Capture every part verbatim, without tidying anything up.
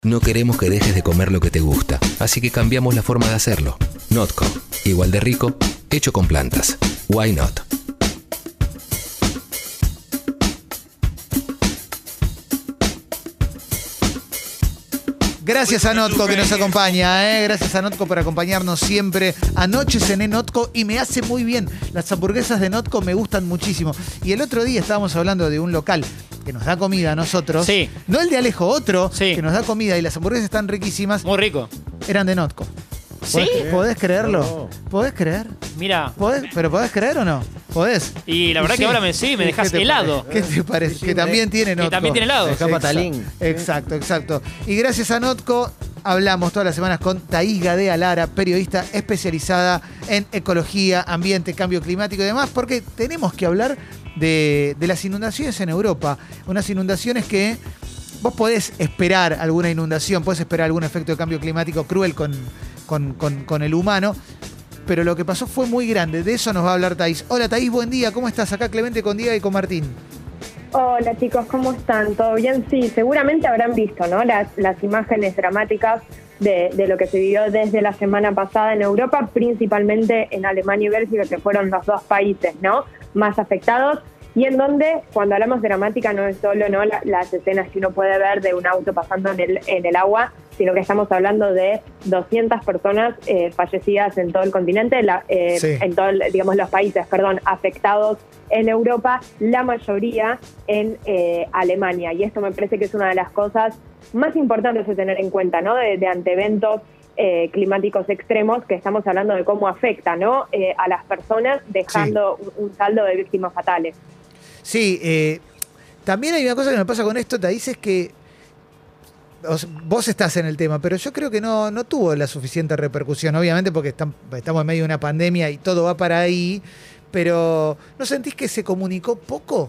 No queremos que dejes de comer lo que te gusta, así que cambiamos la forma de hacerlo. Notco, igual de rico, hecho con plantas. Why not? Gracias a Notco que nos acompaña, ¿eh? Gracias a Notco por acompañarnos siempre. Anoche cené Notco y me hace muy bien. Las hamburguesas de Notco me gustan muchísimo. Y el otro día estábamos hablando de un local que nos da comida a nosotros. Sí. No el de Alejo, otro Sí. que nos da comida y las hamburguesas están riquísimas. Muy rico. Eran de Notco. ¿Sí? ¿Podés, ¿podés creerlo? No. ¿Podés creer? Mira. ¿Podés? ¿Pero podés creer o no? ¿Podés? Y la verdad Sí. que ahora me, sí, me Sí, dejas ¿qué te helado. parece? ¿Qué te parece? Sí, que sí, también me- tiene Notco. Que también tiene helado. Deja Exacto, patalín. Exacto, exacto. Y gracias a Notco hablamos todas las semanas con Thaís Gadea Lara, periodista especializada en ecología, ambiente, cambio climático y demás, porque tenemos que hablar de, de las inundaciones en Europa. Unas inundaciones que vos podés esperar alguna inundación, podés esperar algún efecto de cambio climático cruel con, con, con, con el humano, pero lo que pasó fue muy grande. De eso nos va a hablar Thaís. Hola Thaís, buen día. ¿Cómo estás? Acá Clemente con Diego y con Martín. Hola chicos, ¿cómo están? ¿Todo bien? Sí, seguramente habrán visto, ¿no? Las, las imágenes dramáticas de, de lo que se vivió desde la semana pasada en Europa, principalmente en Alemania y Bélgica, que fueron los dos países, ¿no?, más afectados, y en donde, cuando hablamos de dramática, no es solo, ¿no?, la, las escenas que uno puede ver de un auto pasando en el, en el agua, sino que estamos hablando de doscientas personas eh, fallecidas en todo el continente, la, eh, Sí. en todos, digamos, los países, perdón, afectados en Europa, la mayoría en eh, Alemania. Y esto me parece que es una de las cosas más importantes de tener en cuenta, ¿no?, de, de ante eventos eh, climáticos extremos, que estamos hablando de cómo afecta, ¿no?, eh, a las personas, dejando sí. un, un saldo de víctimas fatales. Sí, eh, también hay una cosa que me pasa con esto, Thaís, es que vos estás en el tema, pero yo creo que no, no tuvo la suficiente repercusión, obviamente porque están, estamos en medio de una pandemia y todo va para ahí, pero ¿no sentís que se comunicó poco?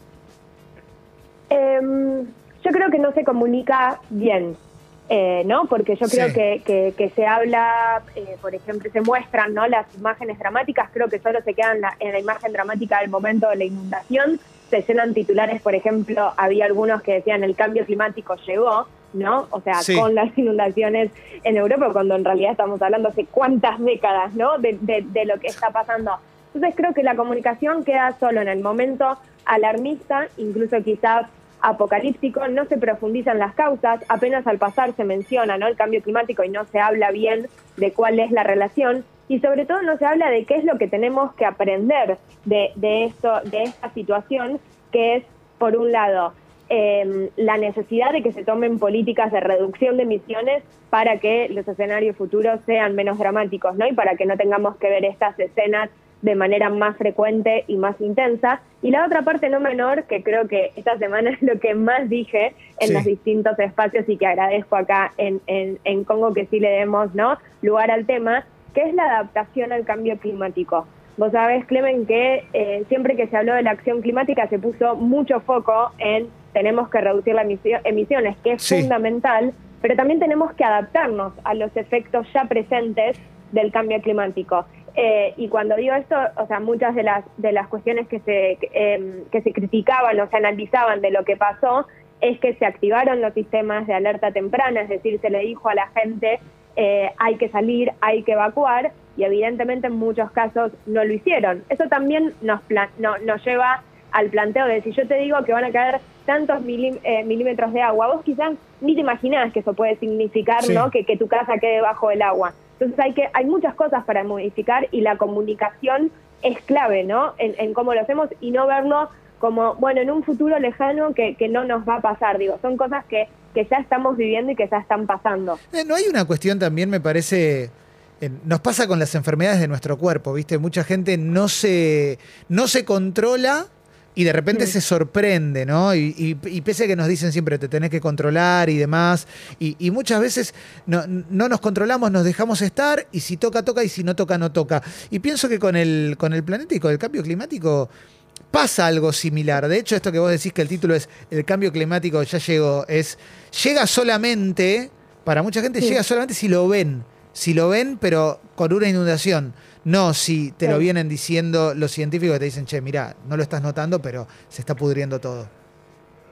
Eh, yo creo que no se comunica bien, eh, ¿no? Porque yo creo Sí. que, que, que se habla, eh, por ejemplo, se muestran, ¿no?, las imágenes dramáticas, creo que solo se quedan en la, en la imagen dramática del momento de la inundación, se llenan titulares, por ejemplo, había algunos que decían el cambio climático llegó, ¿no? O sea, Sí. con las inundaciones en Europa, cuando en realidad estamos hablando hace cuántas décadas, ¿no?, de, de, de lo que está pasando. Entonces creo que la comunicación queda solo en el momento alarmista, incluso quizás apocalíptico, no se profundizan las causas, apenas al pasar se menciona, ¿no?, el cambio climático y no se habla bien de cuál es la relación, y sobre todo no se habla de qué es lo que tenemos que aprender de, de esto, de esta situación, que es, por un lado, eh, la necesidad de que se tomen políticas de reducción de emisiones para que los escenarios futuros sean menos dramáticos, ¿no?, y para que no tengamos que ver estas escenas de manera más frecuente y más intensa. Y la otra parte no menor, que creo que esta semana es lo que más dije en Sí. los distintos espacios y que agradezco acá en, en, en Congo que sí le demos, ¿no?, lugar al tema, que es la adaptación al cambio climático. Vos sabés, Clemen, que eh, siempre que se habló de la acción climática se puso mucho foco en tenemos que reducir las emisiones, que es Sí. fundamental, pero también tenemos que adaptarnos a los efectos ya presentes del cambio climático. Eh, y cuando digo esto, o sea, muchas de las de las cuestiones que se eh, que se criticaban o se analizaban de lo que pasó es que se activaron los sistemas de alerta temprana, es decir, se le dijo a la gente eh, hay que salir, hay que evacuar, y evidentemente en muchos casos no lo hicieron. Eso también nos plan- no, nos lleva al planteo de si yo te digo que van a caer tantos milí- eh, milímetros de agua, vos quizás ni te imaginás que eso puede significar, Sí. ¿no?, que, que tu casa quede bajo el agua. Entonces hay que hay muchas cosas para modificar y la comunicación es clave, ¿no?, en, en cómo lo hacemos y no verlo como, bueno, en un futuro lejano que, que no nos va a pasar. Digo, son cosas que, que ya estamos viviendo y que ya están pasando. Eh, ¿No hay una cuestión también, me parece, eh, nos pasa con las enfermedades de nuestro cuerpo, ¿viste? Mucha gente no se, no se controla y de repente Sí. se sorprende, ¿no? Y, y, y pese a que nos dicen siempre te tenés que controlar y demás, y, y muchas veces no, no nos controlamos, nos dejamos estar, y si toca, toca, y si no toca, no toca. Y pienso que con el, con el planeta y con el cambio climático pasa algo similar. De hecho, esto que vos decís que el título es El cambio climático ya llegó, es llega solamente, para mucha gente Sí. llega solamente si lo ven, si lo ven, pero con una inundación. No si te Sí. lo vienen diciendo los científicos que te dicen, che, mirá, no lo estás notando, pero se está pudriendo todo. Sí,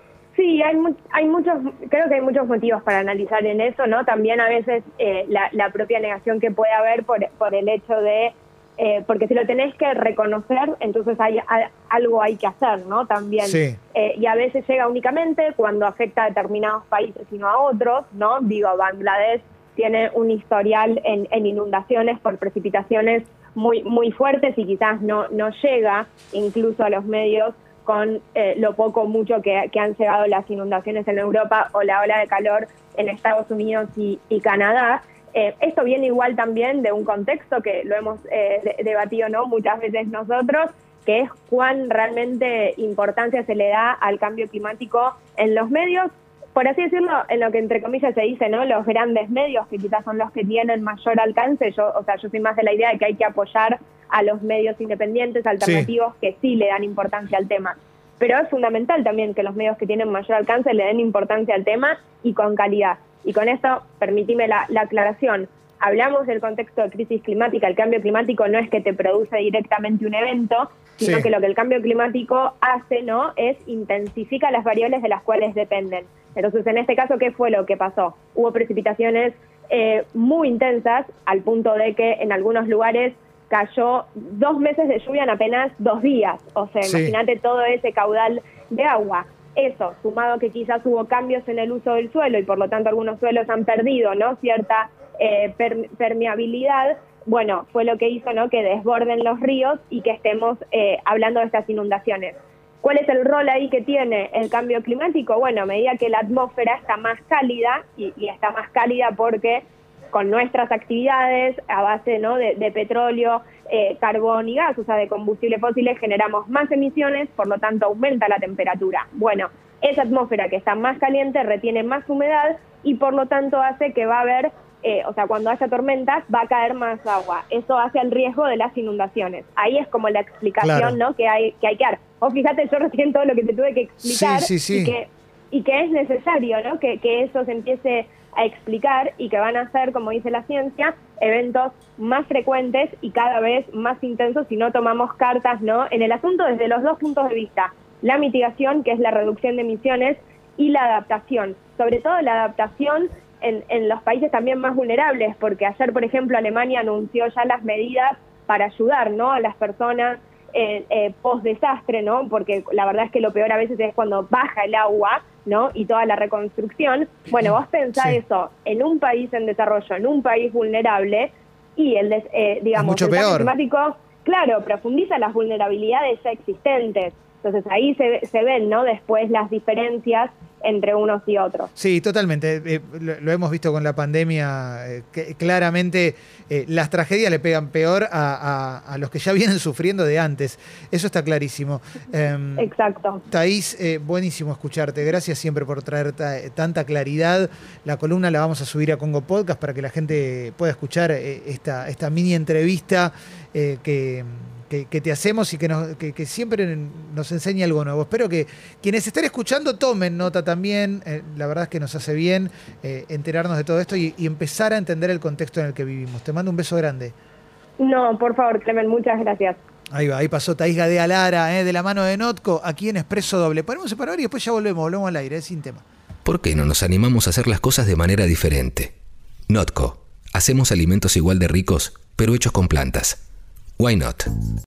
Sí, hay, mu- hay muchos, creo que hay muchos motivos para analizar en eso, ¿no? También a veces eh, la, la propia negación que puede haber por, por el hecho de, eh, porque si lo tenés que reconocer, entonces hay a- algo hay que hacer, ¿no? También. Sí. Eh, y a veces llega únicamente cuando afecta a determinados países y no a otros, ¿no? Digo, Bangladesh tiene un historial en, en inundaciones por precipitaciones muy, muy fuertes y quizás no, no llega incluso a los medios con eh, lo poco o mucho que, que han llegado las inundaciones en Europa o la ola de calor en Estados Unidos y, y Canadá. Eh, esto viene igual también de un contexto que lo hemos eh, de, debatido, ¿no?, muchas veces nosotros, que es cuán realmente importancia se le da al cambio climático en los medios, por así decirlo, en lo que entre comillas se dice, ¿no?, los grandes medios, que quizás son los que tienen mayor alcance. Yo, o sea, yo soy más de la idea de que hay que apoyar a los medios independientes, alternativos, sí, que sí le dan importancia al tema. Pero es fundamental también que los medios que tienen mayor alcance le den importancia al tema y con calidad. Y con esto, permitime la, la aclaración. Hablamos del contexto de crisis climática. El cambio climático no es que te produce directamente un evento, sino sí, que lo que el cambio climático hace, ¿no?, es intensifica las variables de las cuales dependen. Entonces, en este caso, ¿qué fue lo que pasó? Hubo precipitaciones eh, muy intensas, al punto de que en algunos lugares cayó dos meses de lluvia en apenas dos días. O sea, sí, imagínate todo ese caudal de agua. Eso, sumado a que quizás hubo cambios en el uso del suelo y por lo tanto algunos suelos han perdido, ¿no?, cierta eh, per- permeabilidad, bueno, fue lo que hizo, ¿no?, que desborden los ríos y que estemos eh, hablando de estas inundaciones. ¿Cuál es el rol ahí que tiene el cambio climático? Bueno, a medida que la atmósfera está más cálida, y, y está más cálida porque con nuestras actividades a base, ¿no?, de, de petróleo, eh, carbón y gas, o sea, de combustibles fósiles, generamos más emisiones, por lo tanto aumenta la temperatura. Bueno, esa atmósfera que está más caliente retiene más humedad y por lo tanto hace que va a haber, eh, o sea, cuando haya tormentas va a caer más agua. Eso hace el riesgo de las inundaciones. Ahí es como la explicación, claro, ¿no?, que hay que hay que dar. O fíjate, yo recién todo lo que te tuve que explicar, sí, sí, sí, y que y que es necesario, ¿no?, que, que eso se empiece a explicar y que van a ser, como dice la ciencia, eventos más frecuentes y cada vez más intensos si no tomamos cartas, ¿no?, en el asunto desde los dos puntos de vista. La mitigación, que es la reducción de emisiones, y la adaptación. Sobre todo la adaptación en, en los países también más vulnerables, porque ayer, por ejemplo, Alemania anunció ya las medidas para ayudar, ¿no?, a las personas eh, eh, post-desastre, ¿no?, porque la verdad es que lo peor a veces es cuando baja el agua, ¿no?, y toda la reconstrucción. Bueno, vos pensás sí, eso en un país en desarrollo, en un país vulnerable, y el, des, eh, digamos, mucho el cambio peor. climático, claro, profundiza las vulnerabilidades ya existentes. Entonces ahí se, se ven, ¿no?, después las diferencias entre unos y otros. Sí, totalmente. Eh, lo, lo hemos visto con la pandemia. Eh, que claramente eh, las tragedias le pegan peor a, a, a los que ya vienen sufriendo de antes. Eso está clarísimo. Eh, Exacto. Thaís, eh, buenísimo escucharte. Gracias siempre por traer ta, tanta claridad. La columna la vamos a subir a Congo Podcast para que la gente pueda escuchar eh, esta, esta mini entrevista eh, que... Que, que te hacemos y que, nos, que, que siempre nos enseña algo nuevo. Espero que quienes estén escuchando tomen nota también. Eh, la verdad es que nos hace bien eh, enterarnos de todo esto y, y empezar a entender el contexto en el que vivimos. Te mando un beso grande. No, por favor, Clemen, muchas gracias. Ahí va, ahí pasó Thaís Gadea Lara, eh, de la mano de Notco, aquí en Expreso Doble. Ponemos a parar y después ya volvemos, volvemos al aire, eh, sin tema. ¿Por qué no nos animamos a hacer las cosas de manera diferente? Notco. Hacemos alimentos igual de ricos, pero hechos con plantas. Why not?